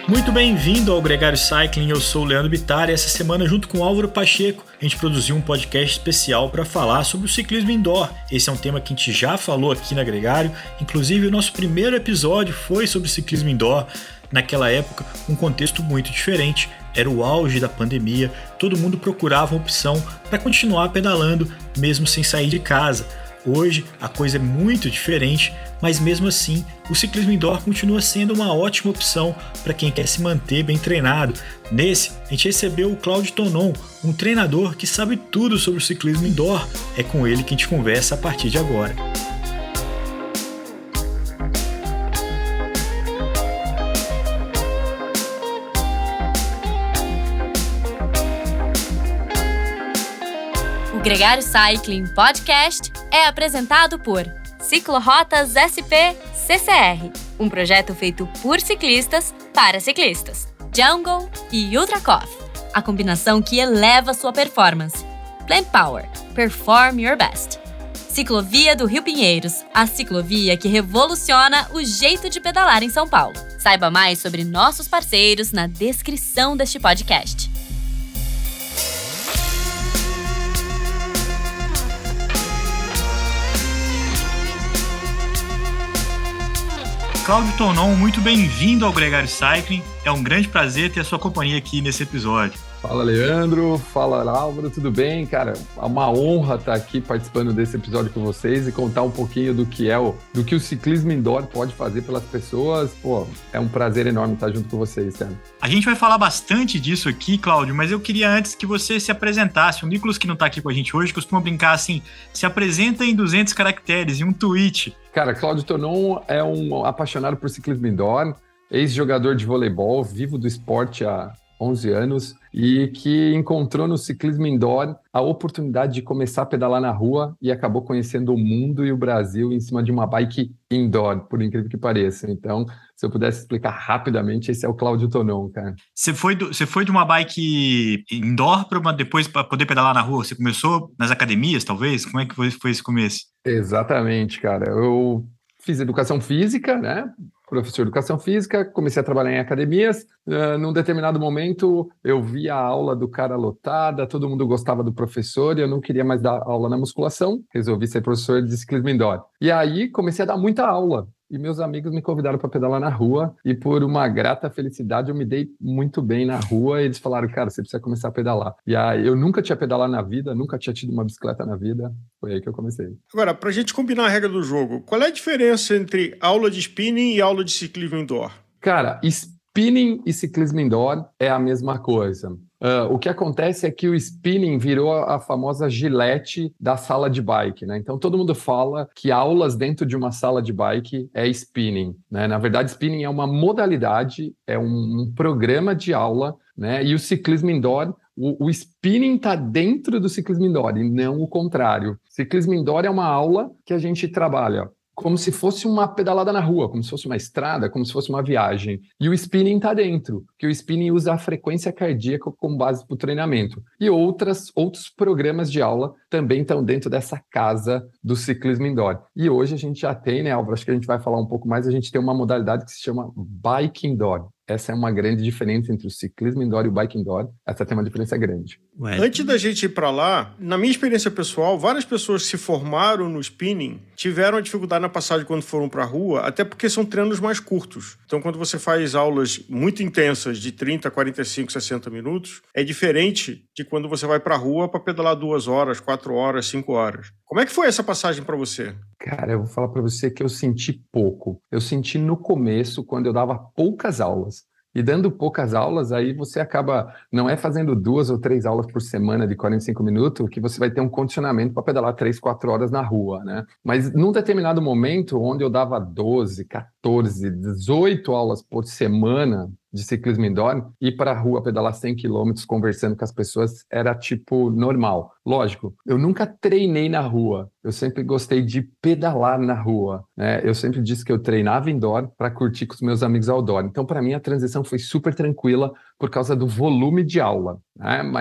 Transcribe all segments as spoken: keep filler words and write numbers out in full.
Muito bem-vindo ao Gregário Cycling, eu sou o Leandro Bittar e essa semana, junto com o Álvaro Pacheco, a gente produziu um podcast especial para falar sobre o ciclismo indoor. Esse é um tema que a gente já falou aqui na Gregário, inclusive o nosso primeiro episódio foi sobre ciclismo indoor. Naquela época, um contexto muito diferente, era o auge da pandemia, todo mundo procurava uma opção para continuar pedalando, mesmo sem sair de casa. Hoje a coisa é muito diferente, mas mesmo assim o ciclismo indoor continua sendo uma ótima opção para quem quer se manter bem treinado. Nesse, a gente recebeu o Claudio Tonon, um treinador que sabe tudo sobre o ciclismo indoor. É com ele que a gente conversa a partir de agora. O Gregário Cycling Podcast é apresentado por Ciclorotas S P C C R, um projeto feito por ciclistas para ciclistas. Jungle e Ultra Coffee, a combinação que eleva sua performance. Plant Power, perform your best. Ciclovia do Rio Pinheiros, a ciclovia que revoluciona o jeito de pedalar em São Paulo. Saiba mais sobre nossos parceiros na descrição deste podcast. Claudio Tonon, muito bem-vindo ao Gregário Cycling. É um grande prazer ter a sua companhia aqui nesse episódio. Fala, Leandro. Fala, Álvaro. Tudo bem? Cara, é uma honra estar aqui participando desse episódio com vocês e contar um pouquinho do que é o, do que o ciclismo indoor pode fazer pelas pessoas. Pô, é um prazer enorme estar junto com vocês, cara. A gente vai falar bastante disso aqui, Cláudio, mas eu queria antes que você se apresentasse. O Nicolas, que não está aqui com a gente hoje, costuma brincar assim, se apresenta em duzentos caracteres, em um tweet. Cara, Claudio Tonon é um apaixonado por ciclismo indoor, ex-jogador de voleibol, vivo do esporte há onze anos e que encontrou no ciclismo indoor a oportunidade de começar a pedalar na rua e acabou conhecendo o mundo e o Brasil em cima de uma bike indoor, por incrível que pareça. Então, se eu pudesse explicar rapidamente, esse é o Claudio Tonon, cara. Você foi, do, você foi de uma bike indoor para depois para poder pedalar na rua? Você começou nas academias, talvez? Como é que foi, foi esse começo? Exatamente, cara. Eu fiz educação física, né? Professor de educação física, comecei a trabalhar em academias. Uh, num determinado momento, eu vi a aula do cara lotada, todo mundo gostava do professor e eu não queria mais dar aula na musculação. Resolvi ser professor de ciclismo indoor. E aí, comecei a dar muita aula. E meus amigos me convidaram para pedalar na rua e por uma grata felicidade eu me dei muito bem na rua e eles falaram, cara, você precisa começar a pedalar. E aí eu nunca tinha pedalado na vida, nunca tinha tido uma bicicleta na vida, foi aí que eu comecei. Agora, para a gente combinar a regra do jogo, qual é a diferença entre aula de spinning e aula de ciclismo indoor? Cara, spinning e ciclismo indoor é a mesma coisa. Uh, o que acontece é que o spinning virou a famosa gilete da sala de bike, né? Então, todo mundo fala que aulas dentro de uma sala de bike é spinning, né? Na verdade, spinning é uma modalidade, é um, um programa de aula, né? E o ciclismo indoor, o, o spinning está dentro do ciclismo indoor e não o contrário. Ciclismo indoor é uma aula que a gente trabalha como se fosse uma pedalada na rua, como se fosse uma estrada, como se fosse uma viagem. E o spinning está dentro, que o spinning usa a frequência cardíaca como base para o treinamento. E outras, outros programas de aula também estão dentro dessa casa do ciclismo indoor. E hoje a gente já tem, né, Álvaro, acho que a gente vai falar um pouco mais, a gente tem uma modalidade que se chama bike indoor. Essa é uma grande diferença entre o ciclismo indoor e o bike indoor. Essa tem uma diferença grande. Ué. Antes da gente ir para lá, na minha experiência pessoal, várias pessoas que se formaram no spinning tiveram dificuldade na passagem quando foram para a rua, até porque são treinos mais curtos. Então, quando você faz aulas muito intensas de trinta, quarenta e cinco, sessenta minutos, é diferente de quando você vai para a rua para pedalar duas horas, quatro horas, cinco horas. Como é que foi essa passagem para você? Cara, eu vou falar para você que eu senti pouco. Eu senti no começo, quando eu dava poucas aulas. E dando poucas aulas, aí você acaba, não é fazendo duas ou três aulas por semana de quarenta e cinco minutos que você vai ter um condicionamento para pedalar três, quatro horas na rua, né? Mas num determinado momento, onde eu dava doze, quatorze, dezoito aulas por semana de ciclismo indoor, ir para a rua pedalar cem quilômetros conversando com as pessoas era tipo normal. Lógico, eu nunca treinei na rua, eu sempre gostei de pedalar na rua, né? Eu sempre disse que eu treinava indoor para curtir com os meus amigos outdoor. Então, para mim, a transição foi super tranquila por causa do volume de aula, né? Mas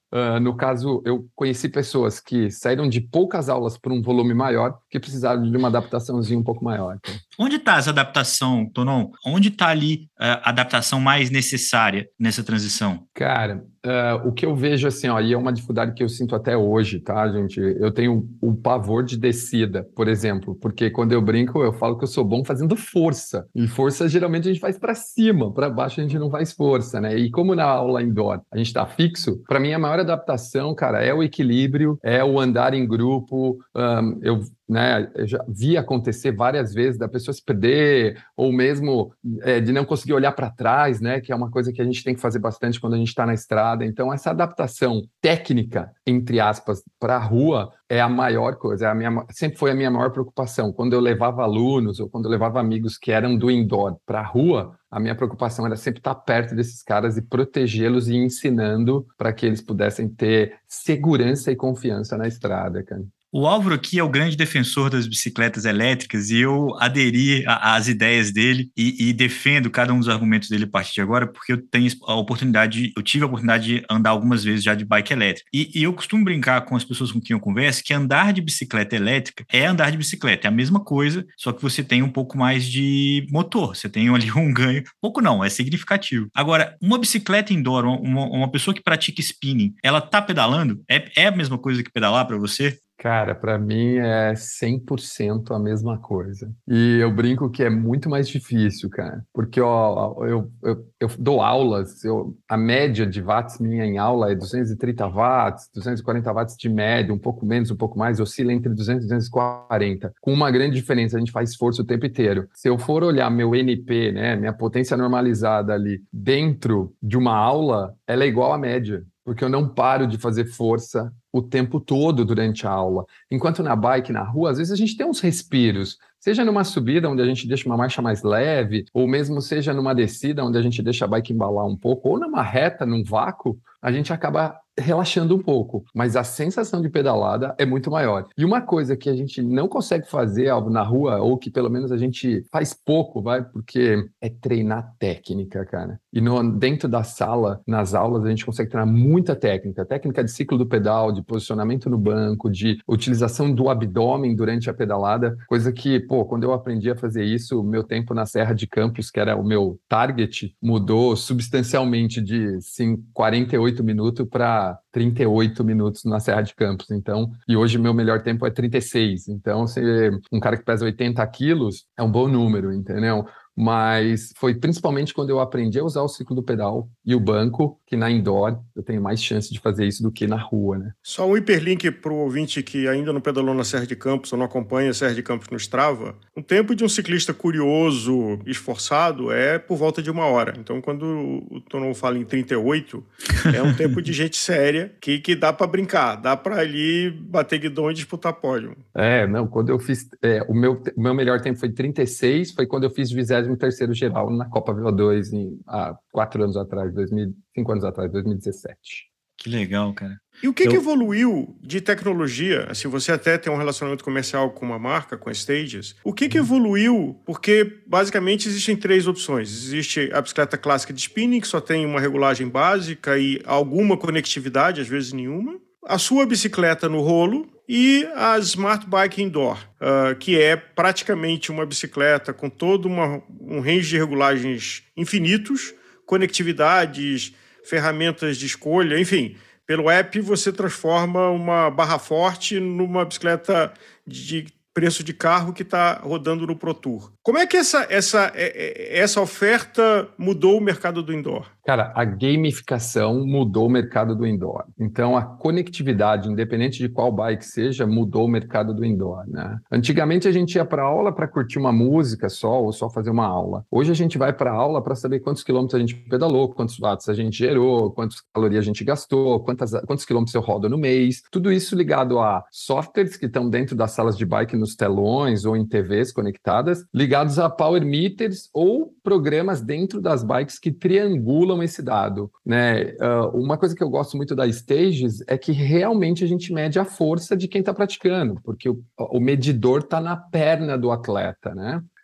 Uh, no caso, eu conheci pessoas que saíram de poucas aulas para um volume maior, que precisaram de uma adaptaçãozinha um pouco maior. Então. Onde está essa adaptação, Tonon? Onde está ali a adaptação mais necessária nessa transição? Cara, uh, o que eu vejo assim, ó, e é uma dificuldade que eu sinto até hoje, tá, gente? Eu tenho o um pavor de descida, por exemplo, porque quando eu brinco, eu falo que eu sou bom fazendo força. E força, geralmente, a gente faz para cima, para baixo a gente não faz força, né? E como na aula indoor a gente está fixo, para mim a maior adaptação, cara, é o equilíbrio, é o andar em grupo. Um, eu Né, eu já vi acontecer várias vezes da pessoa se perder, ou mesmo é, de não conseguir olhar para trás, né, que é uma coisa que a gente tem que fazer bastante quando a gente está na estrada. Então, essa adaptação técnica, entre aspas, para a rua é a maior coisa, é a minha, sempre foi a minha maior preocupação. Quando eu levava alunos ou quando eu levava amigos que eram do indoor para a rua, a minha preocupação era sempre estar perto desses caras e protegê-los e ensinando para que eles pudessem ter segurança e confiança na estrada, cara. O Álvaro aqui é o grande defensor das bicicletas elétricas e eu aderi às ideias dele e, e defendo cada um dos argumentos dele a partir de agora, porque eu tenho a oportunidade, eu tive a oportunidade de andar algumas vezes já de bike elétrica. E, e eu costumo brincar com as pessoas com quem eu converso que andar de bicicleta elétrica é andar de bicicleta, é a mesma coisa, só que você tem um pouco mais de motor, você tem ali um ganho, pouco não, é significativo. Agora, uma bicicleta indoor, uma, uma pessoa que pratica spinning, ela tá pedalando? É, é a mesma coisa que pedalar para você? Cara, para mim é cem por cento a mesma coisa. E eu brinco que é muito mais difícil, cara. Porque ó, eu, eu, eu dou aulas, eu, a média de watts minha em aula é duzentos e trinta watts, duzentos e quarenta watts de média, um pouco menos, um pouco mais, oscila entre duzentos e duzentos e quarenta. Com uma grande diferença, a gente faz esforço o tempo inteiro. Se eu for olhar meu N P, né, minha potência normalizada ali, dentro de uma aula, ela é igual à média. Porque eu não paro de fazer força o tempo todo durante a aula. Enquanto na bike, na rua, às vezes a gente tem uns respiros, seja numa subida onde a gente deixa uma marcha mais leve, ou mesmo seja numa descida onde a gente deixa a bike embalar um pouco, ou numa reta, num vácuo, a gente acaba relaxando um pouco, mas a sensação de pedalada é muito maior. E uma coisa que a gente não consegue fazer na rua, ou que pelo menos a gente faz pouco, vai, porque é treinar técnica, cara. E no, dentro da sala, nas aulas, a gente consegue treinar muita técnica, técnica de ciclo do pedal, de posicionamento no banco, de utilização do abdômen durante a pedalada, coisa que, pô, quando eu aprendi a fazer isso, meu tempo na Serra de Campos, que era o meu target, mudou substancialmente de sim, quarenta e oito minutos para trinta e oito minutos na Serra de Campos, então, e hoje meu melhor tempo é trinta e seis, então, se um cara que pesa oitenta quilos, é um bom número, entendeu? Mas foi principalmente quando eu aprendi a usar o ciclo do pedal e o banco, que na indoor eu tenho mais chance de fazer isso do que na rua, né? Só um hiperlink para o ouvinte que ainda não pedalou na Serra de Campos ou não acompanha a Serra de Campos no Strava. O tempo de um ciclista curioso, esforçado, é por volta de uma hora. Então, quando o Tonon fala em trinta e oito, é um tempo de gente séria que, que dá para brincar, dá para ali bater guidão e disputar pódio. É, não, quando eu fiz... É, o meu, meu melhor tempo foi trinta e seis, foi quando eu fiz vigésimo terceiro geral na Copa V O dois em, há quatro anos atrás, dois mil, cinco anos atrás, dois mil e dezessete. Que legal, cara. E o que, eu... que evoluiu de tecnologia? Assim, você até tem um relacionamento comercial com uma marca, com a Stages. O que, que evoluiu? Porque, basicamente, existem três opções. Existe a bicicleta clássica de spinning, que só tem uma regulagem básica e alguma conectividade, às vezes nenhuma. A sua bicicleta no rolo e a Smart Bike Indoor, uh, que é praticamente uma bicicleta com todo uma, um range de regulagens infinitos, conectividades, ferramentas de escolha, enfim. Pelo app você transforma uma barra forte numa bicicleta de preço de carro que está rodando no Pro Tour. Como é que essa, essa, essa oferta mudou o mercado do indoor? Cara, a gamificação mudou o mercado do indoor. Então, a conectividade, independente de qual bike seja, mudou o mercado do indoor, né? Antigamente, a gente ia para aula para curtir uma música só ou só fazer uma aula. Hoje, a gente vai para aula para saber quantos quilômetros a gente pedalou, quantos watts a gente gerou, quantas calorias a gente gastou, quantas, quantos quilômetros eu rodo no mês. Tudo isso ligado a softwares que estão dentro das salas de bike nos telões ou em T Vs conectadas, ligados a power meters ou programas dentro das bikes que triangulam esse dado, né? Uh, uma coisa que eu gosto muito da Stages é que realmente a gente mede a força de quem está praticando, porque o, o medidor está na perna do atleta, né?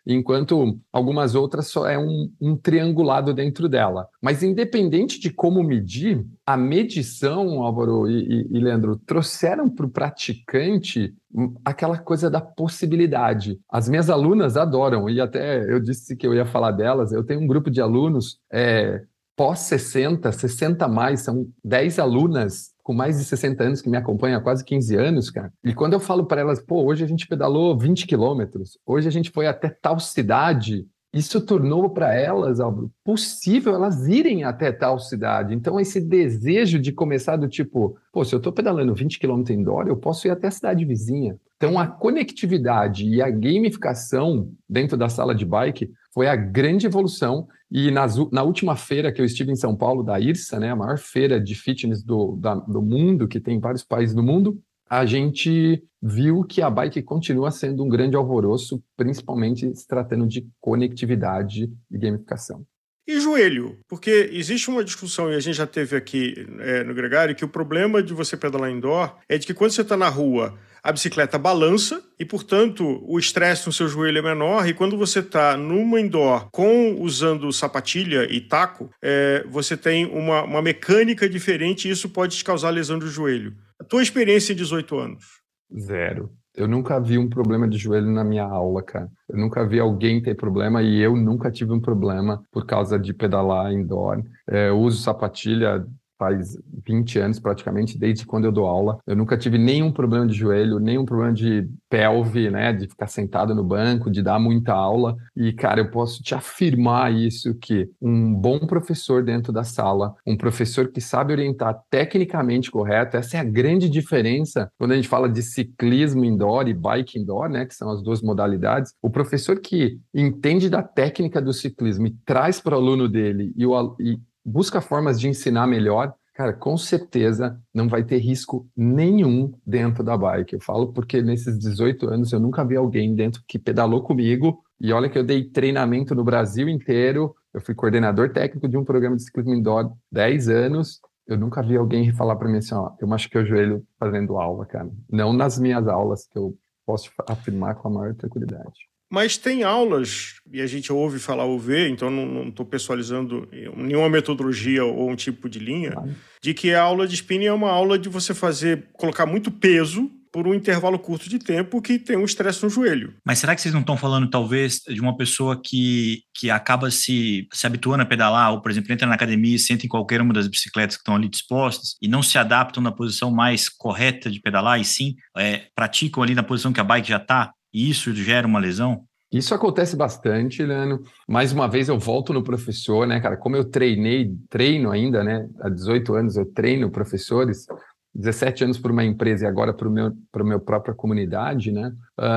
enquanto algumas outras só é um, um triangulado dentro dela. Mas independente de como medir, a medição, Álvaro e, e, e Leandro, trouxeram para o praticante aquela coisa da possibilidade. As minhas alunas adoram, e até eu disse que eu ia falar delas, eu tenho um grupo de alunos é, pós sessenta, sessenta mais, são dez alunas com mais de sessenta anos que me acompanham há quase quinze anos, cara. E quando eu falo para elas, pô, hoje a gente pedalou vinte quilômetros, hoje a gente foi até tal cidade, isso tornou para elas, Álvaro, possível elas irem até tal cidade. Então, esse desejo de começar do tipo, pô, se eu estou pedalando vinte quilômetros indoor, eu posso ir até a cidade vizinha. Então, a conectividade e a gamificação dentro da sala de bike foi a grande evolução. E nas, na última feira que eu estive em São Paulo, da IRSA, né, a maior feira de fitness do, da, do mundo, que tem em vários países do mundo, a gente viu que a bike continua sendo um grande alvoroço, principalmente se tratando de conectividade e gamificação. E joelho? Porque existe uma discussão, e a gente já teve aqui é, no Gregário, que o problema de você pedalar indoor é de que quando você está na rua, a bicicleta balança e, portanto, o estresse no seu joelho é menor. E quando você está numa indoor com, usando sapatilha e taco, é, você tem uma, uma mecânica diferente e isso pode te causar lesão do joelho. A tua experiência em dezoito anos? Zero. Eu nunca vi um problema de joelho na minha aula, cara. Eu nunca vi alguém ter problema e eu nunca tive um problema por causa de pedalar indoor. É, eu uso sapatilha faz vinte anos praticamente, desde quando eu dou aula. Eu nunca tive nenhum problema de joelho, nenhum problema de pelve, né, de ficar sentado no banco, de dar muita aula. E, cara, eu posso te afirmar isso, que um bom professor dentro da sala, um professor que sabe orientar tecnicamente correto, essa é a grande diferença quando a gente fala de ciclismo indoor e bike indoor, né, que são as duas modalidades. O professor que entende da técnica do ciclismo e traz para o aluno dele e, o, e busca formas de ensinar melhor, cara, com certeza não vai ter risco nenhum dentro da bike. Eu falo porque nesses dezoito anos eu nunca vi alguém dentro que pedalou comigo, e olha que eu dei treinamento no Brasil inteiro, eu fui coordenador técnico de um programa de ciclismo indoor dez anos, eu nunca vi alguém falar para mim assim, ó, eu machuquei o joelho fazendo aula, cara. Não nas minhas aulas, que eu posso afirmar com a maior tranquilidade. Mas tem aulas, e a gente ouve falar ou vê, então não estou pessoalizando nenhuma metodologia ou um tipo de linha, claro, de que a aula de spinning é uma aula de você fazer, colocar muito peso por um intervalo curto de tempo que tem um estresse no joelho. Mas será que vocês não estão falando, talvez, de uma pessoa que, que acaba se, se habituando a pedalar, ou, por exemplo, entra na academia e senta em qualquer uma das bicicletas que estão ali dispostas e não se adaptam na posição mais correta de pedalar, e sim é, praticam ali na posição que a bike já está? E isso gera uma lesão? Isso acontece bastante, Leandro. Mais uma vez eu volto no professor, né, cara? Como eu treinei, treino ainda, né? Há dezoito anos eu treino professores, dezessete anos por uma empresa e agora para o meu, para a minha própria comunidade, né?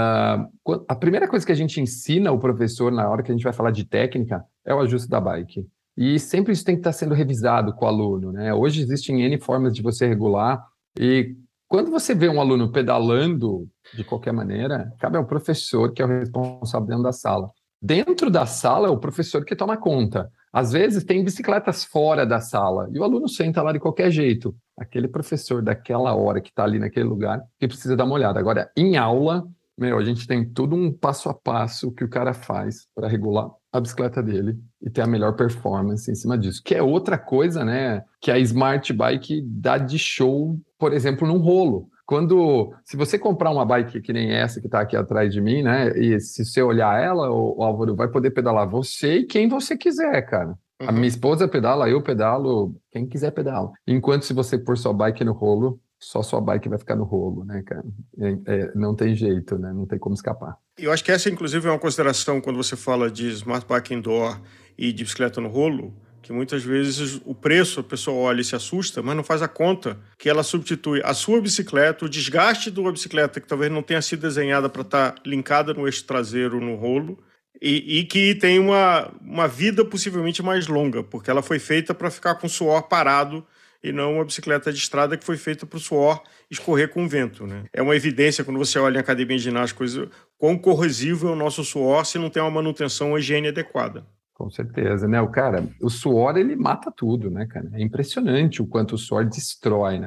Uh, a primeira coisa que a gente ensina o professor na hora que a gente vai falar de técnica é o ajuste da bike. E sempre isso tem que estar sendo revisado com o aluno, né? Hoje existem N formas de você regular e quando você vê um aluno pedalando de qualquer maneira, cabe ao professor, que é o responsável dentro da sala. Dentro da sala é o professor que toma conta. Às vezes tem bicicletas fora da sala e o aluno senta lá de qualquer jeito. Aquele professor daquela hora que está ali naquele lugar que precisa dar uma olhada. Agora, em aula, meu, a gente tem todo um passo a passo que o cara faz para regular a bicicleta dele e ter a melhor performance em cima disso. Que é outra coisa, né, que a Smart Bike dá de show, por exemplo, num rolo. Quando, se você comprar uma bike que nem essa que está aqui atrás de mim, né, e se você olhar ela, o, o Álvaro, vai poder pedalar você e quem você quiser, cara. Uhum. A minha esposa pedala, eu pedalo, quem quiser pedala. Enquanto se você pôr sua bike no rolo, só sua bike vai ficar no rolo, né, cara? É, é, não tem jeito, né? Não tem como escapar. Eu acho que essa, inclusive, é uma consideração quando você fala de Smart Bike Indoor e de bicicleta no rolo, que muitas vezes o preço, a pessoa olha e se assusta, mas não faz a conta que ela substitui a sua bicicleta, o desgaste de uma bicicleta que talvez não tenha sido desenhada para estar linkada no eixo traseiro, no rolo, e, e que tem uma, uma vida possivelmente mais longa, porque ela foi feita para ficar com o suor parado e não uma bicicleta de estrada que foi feita para o suor escorrer com o vento, né? É uma evidência quando você olha em academia de ginástica, coisa, quão corrosivo é o nosso suor se não tem uma manutenção, uma higiene adequada. Com certeza, né? O cara, o suor, ele mata tudo, né, cara? É impressionante o quanto o suor destrói, né?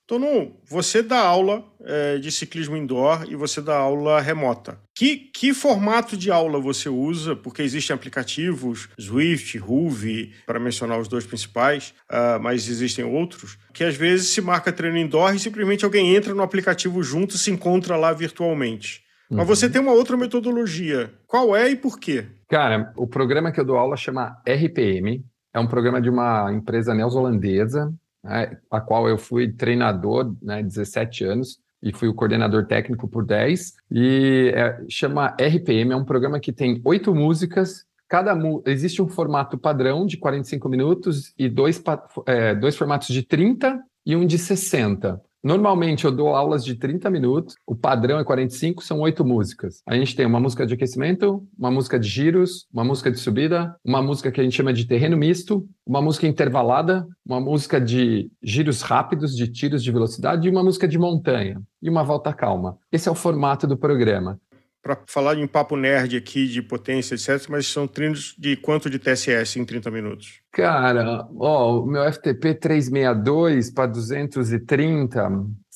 Tonon, você dá aula é, de ciclismo indoor e você dá aula remota. Que, que formato de aula você usa? Porque existem aplicativos, Zwift, Ruve, para mencionar os dois principais, uh, mas existem outros, que às vezes se marca treino indoor e simplesmente alguém entra no aplicativo junto e se encontra lá virtualmente. Uhum. Mas você tem uma outra metodologia. Qual é e por quê? Cara, o programa que eu dou aula chama R P M. É um programa de uma empresa neozelandesa, né, a qual eu fui treinador, né, dezessete anos, e fui o coordenador técnico por dez, e é, chama R P M, é um programa que tem oito músicas, cada existe um formato padrão de quarenta e cinco minutos e dois, é, dois formatos de trinta e um de sessenta. Normalmente eu dou aulas de trinta minutos, o padrão é quarenta e cinco, são oito músicas. A gente tem uma música de aquecimento, uma música de giros, uma música de subida, uma música que a gente chama de terreno misto, uma música intervalada, uma música de giros rápidos, de tiros de velocidade e uma música de montanha e uma volta calma. Esse é o formato do programa. Para falar em papo nerd aqui, de potência, etcétera, mas são treinos de quanto de T S S em trinta minutos? Cara, ó, o meu F T P trezentos e sessenta e dois para duzentos e trinta,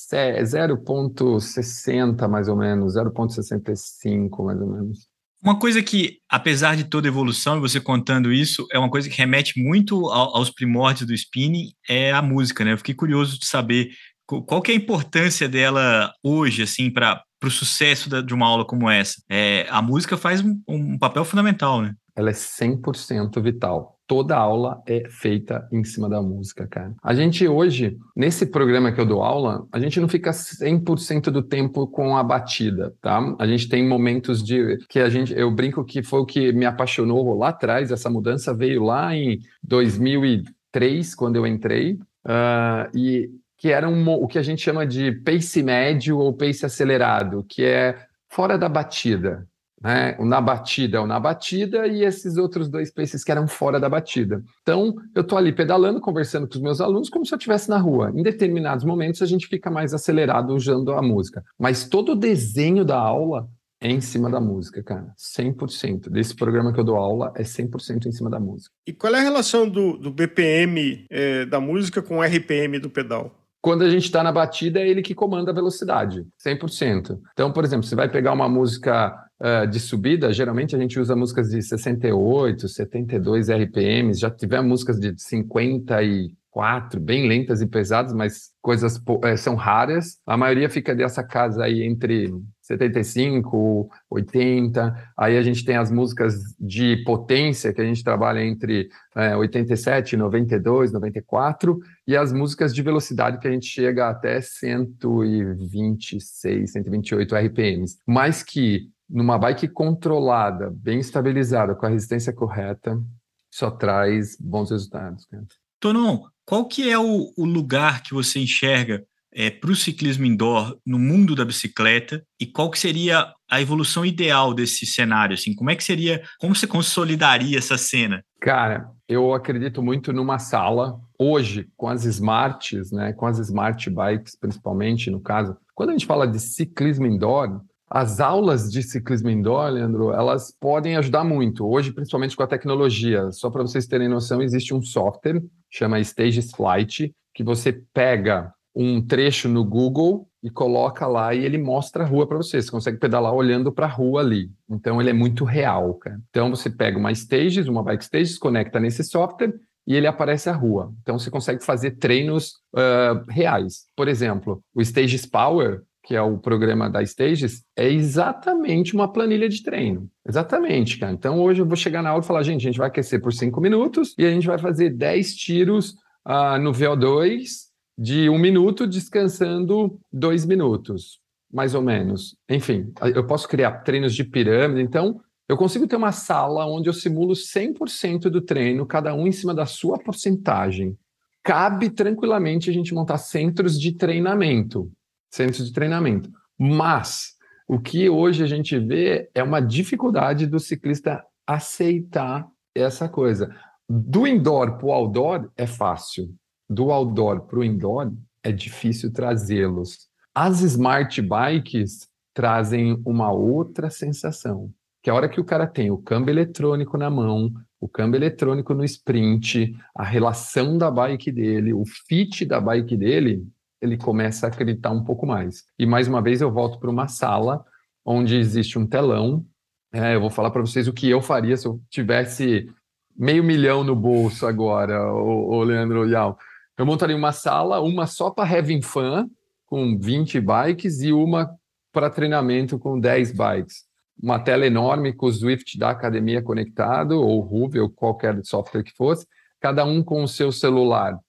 zero ponto sessenta mais ou menos, zero ponto sessenta e cinco mais ou menos. Uma coisa que, apesar de toda evolução, e você contando isso, é uma coisa que remete muito aos primórdios do spinning, é a música, né? Eu fiquei curioso de saber qual que é a importância dela hoje, assim, para para o sucesso da, de uma aula como essa. É, a música faz um, um papel fundamental, né? Ela é cem por cento vital. Toda aula é feita em cima da música, cara. A gente hoje, nesse programa que eu dou aula, a gente não fica cem por cento do tempo com a batida, tá? A gente tem momentos de... que a gente, eu brinco que foi o que me apaixonou lá atrás, essa mudança veio lá em dois mil e três, quando eu entrei, uh, e... que era um, o que a gente chama de pace médio ou pace acelerado, que é fora da batida, né? O na batida é o na batida e esses outros dois paces que eram fora da batida. Então, eu estou ali pedalando, conversando com os meus alunos como se eu estivesse na rua. Em determinados momentos, a gente fica mais acelerado usando a música. Mas todo o desenho da aula é em cima da música, cara. cem por cento. Desse programa que eu dou aula é cem por cento em cima da música. E qual é a relação do, do B P M é, da música com o R P M do pedal? Quando a gente está na batida, é ele que comanda a velocidade, cem por cento. Então, por exemplo, você vai pegar uma música uh, de subida, geralmente a gente usa músicas de sessenta e oito, setenta e dois R P Ms, já tivemos músicas de cinquenta e quatro, bem lentas e pesadas, mas coisas é, são raras. A maioria fica dessa casa aí entre setenta e cinco, oitenta. Aí a gente tem as músicas de potência, que a gente trabalha entre é, oitenta e sete, noventa e dois, noventa e quatro, e as músicas de velocidade, que a gente chega até cento e vinte e seis, cento e vinte e oito R P Ms. Mas que numa bike controlada, bem estabilizada, com a resistência correta, só traz bons resultados, cara. Tonon, qual que é o, o lugar que você enxerga é, para o ciclismo indoor no mundo da bicicleta e qual que seria a evolução ideal desse cenário? Assim, como é que seria, como você consolidaria essa cena? Cara, eu acredito muito numa sala, hoje, com as smarts, né, com as smart bikes, principalmente, no caso. Quando a gente fala de ciclismo indoor, as aulas de ciclismo indoor, Leandro, elas podem ajudar muito. Hoje, principalmente com a tecnologia. Só para vocês terem noção, existe um software, chama Stages Flight, que você pega um trecho no Google e coloca lá e ele mostra a rua para você. Você consegue pedalar olhando para a rua ali. Então, ele é muito real, cara. Então, você pega uma Stages, uma Bike Stages, conecta nesse software e ele aparece a rua. Então, você consegue fazer treinos uh, reais. Por exemplo, o Stages Power, que é o programa da Stages, é exatamente uma planilha de treino. Exatamente, cara. Então, hoje eu vou chegar na aula e falar, gente, a gente vai aquecer por cinco minutos e a gente vai fazer dez tiros uh, no V O dois de um minuto, descansando dois minutos, mais ou menos. Enfim, eu posso criar treinos de pirâmide. Então, eu consigo ter uma sala onde eu simulo cem por cento do treino, cada um em cima da sua porcentagem. Cabe tranquilamente a gente montar centros de treinamento. Centros de treinamento. Mas o que hoje a gente vê é uma dificuldade do ciclista aceitar essa coisa. Do indoor para o outdoor é fácil. Do outdoor para o indoor é difícil trazê-los. As smart bikes trazem uma outra sensação, que a hora que o cara tem o câmbio eletrônico na mão, o câmbio eletrônico no sprint, a relação da bike dele, o fit da bike dele, ele começa a acreditar um pouco mais. E mais uma vez eu volto para uma sala onde existe um telão. É, eu vou falar para vocês o que eu faria se eu tivesse meio milhão no bolso agora, o, o Leandro Yao. Eu montaria uma sala, uma só para having fun, com vinte bikes, e uma para treinamento com dez bikes. Uma tela enorme com o Zwift da academia conectado, ou Ruve, ou qualquer software que fosse, cada um com o seu celular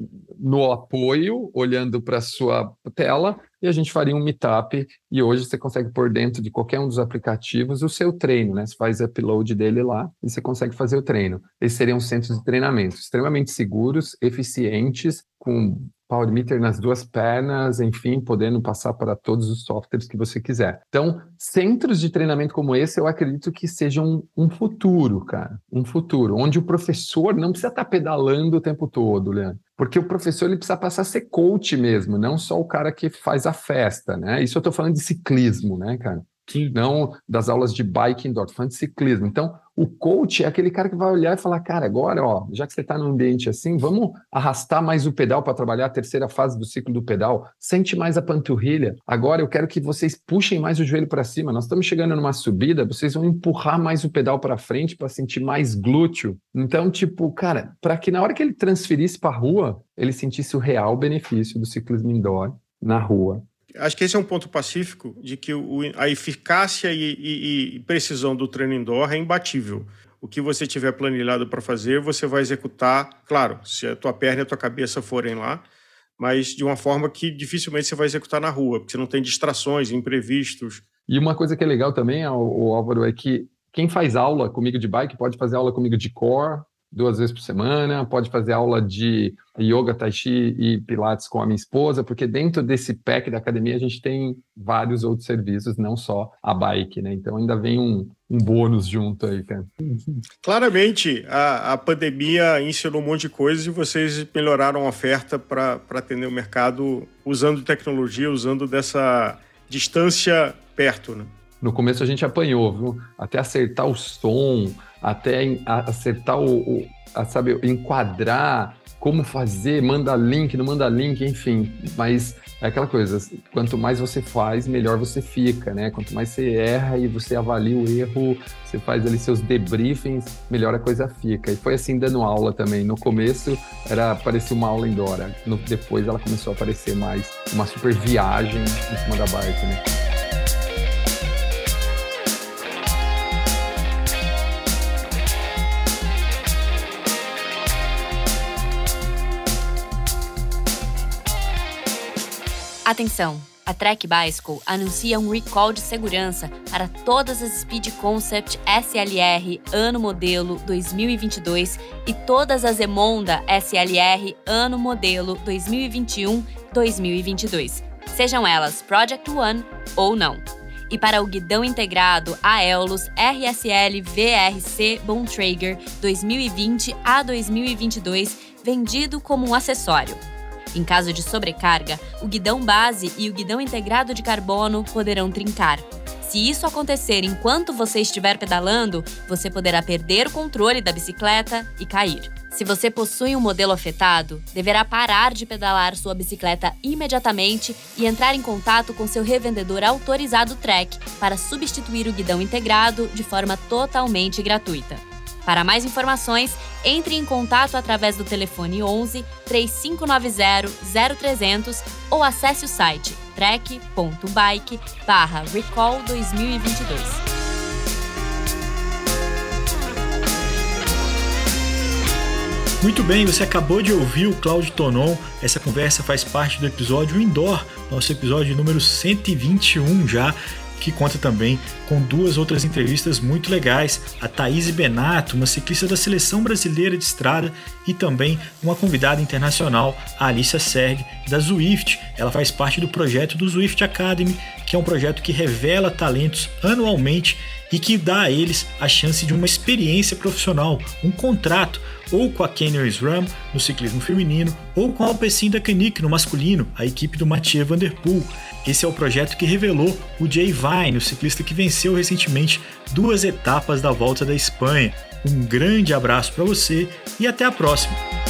no apoio, olhando para a sua tela, e a gente faria um meetup, e hoje você consegue pôr dentro de qualquer um dos aplicativos o seu treino, né? Você faz upload dele lá, e você consegue fazer o treino. Esses seriam centros de treinamento extremamente seguros, eficientes, com power meter nas duas pernas, enfim, podendo passar para todos os softwares que você quiser. Então, centros de treinamento como esse, eu acredito que sejam um, um futuro, cara, um futuro, onde o professor não precisa estar pedalando o tempo todo, Leandro, porque o professor ele precisa passar a ser coach mesmo, não só o cara que faz a festa, né? Isso eu estou falando de ciclismo, né, cara? Sim. Não das aulas de bike indoor, estou falando de ciclismo. Então, o coach é aquele cara que vai olhar e falar, cara, agora, ó, já que você está num ambiente assim, vamos arrastar mais o pedal para trabalhar a terceira fase do ciclo do pedal, sente mais a panturrilha. Agora eu quero que vocês puxem mais o joelho para cima. Nós estamos chegando numa subida, vocês vão empurrar mais o pedal para frente para sentir mais glúteo. Então, tipo, cara, para que na hora que ele transferisse para a rua, ele sentisse o real benefício do ciclismo indoor na rua. Acho que esse é um ponto pacífico de que o, a eficácia e, e, e precisão do treino indoor é imbatível. O que você tiver planilhado para fazer, você vai executar, claro, se a tua perna e a tua cabeça forem lá, mas de uma forma que dificilmente você vai executar na rua, porque você não tem distrações, imprevistos. E uma coisa que é legal também, o Álvaro, é que quem faz aula comigo de bike pode fazer aula comigo de core duas vezes por semana, pode fazer aula de yoga, tai chi e pilates com a minha esposa, porque dentro desse pack da academia a gente tem vários outros serviços, não só a bike, né? Então ainda vem um, um bônus junto aí, cara. Claramente, a, a pandemia ensinou um monte de coisas e vocês melhoraram a oferta para atender o mercado usando tecnologia, usando dessa distância perto, né? No começo a gente apanhou, viu? Até acertar o som, até acertar o, o a, sabe, enquadrar, como fazer, manda link, não manda link, enfim. Mas é aquela coisa, quanto mais você faz, melhor você fica, né? Quanto mais você erra e você avalia o erro, você faz ali seus debriefings, melhor a coisa fica. E foi assim dando aula também. No começo era parecia uma aula indoor, no, depois ela começou a parecer mais uma super viagem em cima da bike, né? Atenção! A Trek Bicycle anuncia um recall de segurança para todas as Speed Concept S L R ano modelo dois mil e vinte e dois e todas as Emonda S L R ano modelo dois mil e vinte e um dois mil e vinte e dois, sejam elas Project One ou não. E para o guidão integrado Aeolus R S L V R C Bontrager dois mil e vinte a dois mil e vinte e dois, vendido como um acessório. Em caso de sobrecarga, o guidão base e o guidão integrado de carbono poderão trincar. Se isso acontecer enquanto você estiver pedalando, você poderá perder o controle da bicicleta e cair. Se você possui um modelo afetado, deverá parar de pedalar sua bicicleta imediatamente e entrar em contato com seu revendedor autorizado Trek para substituir o guidão integrado de forma totalmente gratuita. Para mais informações, entre em contato através do telefone onze, três cinco nove zero, zero trezentos ou acesse o site trek ponto bike barra recall dois mil e vinte e dois. Muito bem, você acabou de ouvir o Cláudio Tonon. Essa conversa faz parte do episódio Indoor, nosso episódio número cento e vinte e um já, que conta também com duas outras entrevistas muito legais, a Thaís Benato, uma ciclista da Seleção Brasileira de Estrada, e também uma convidada internacional, a Alicia Serg, da Zwift. Ela faz parte do projeto do Zwift Academy, que é um projeto que revela talentos anualmente e que dá a eles a chance de uma experiência profissional, um contrato, ou com a Canyon SRAM no ciclismo feminino, ou com a Alpecin Deceuninck no masculino, a equipe do Mathieu Van Der Poel. Esse é o projeto que revelou o Jay Vine, o ciclista que venceu recentemente duas etapas da Volta da Espanha. Um grande abraço para você e até a próxima!